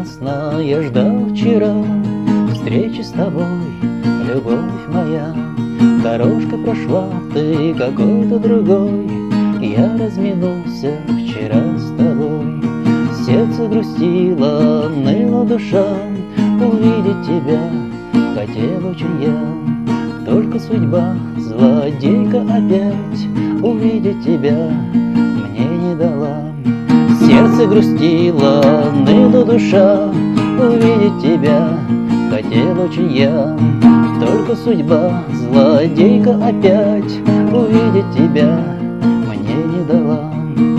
напрасно я ждал вчера встречи с тобой, любовь моя. Дорожка прошла, ты какой-то другой, я разминулся вчера с тобой. Сердце грустило, ныла душа, увидеть тебя хотел очень я. Только судьба, злодейка опять, увидеть тебя мне не дала. Сердце грустило, ныла душа, увидеть тебя хотел очень я. Только судьба, злодейка опять, увидеть тебя мне не дала.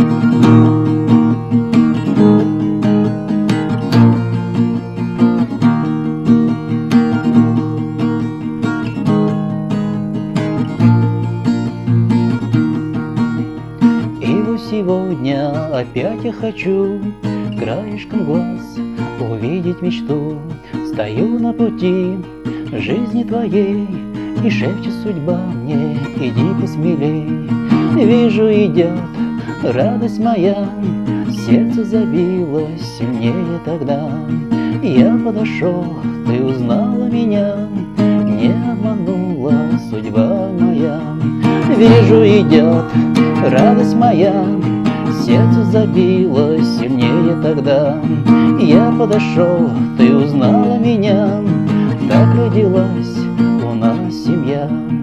Сегодня опять я хочу краешком глаз увидеть мечту. Стою на пути жизни твоей, и шепчет судьба мне: иди посмелей. Вижу, идет радость моя, сердце забилось сильнее тогда. Я подошел, ты узнала меня, не обманула судьба моя. Вижу, идет радость моя, сердце забилось сильнее тогда. Я подошел, ты узнала меня, так родилась у нас семья.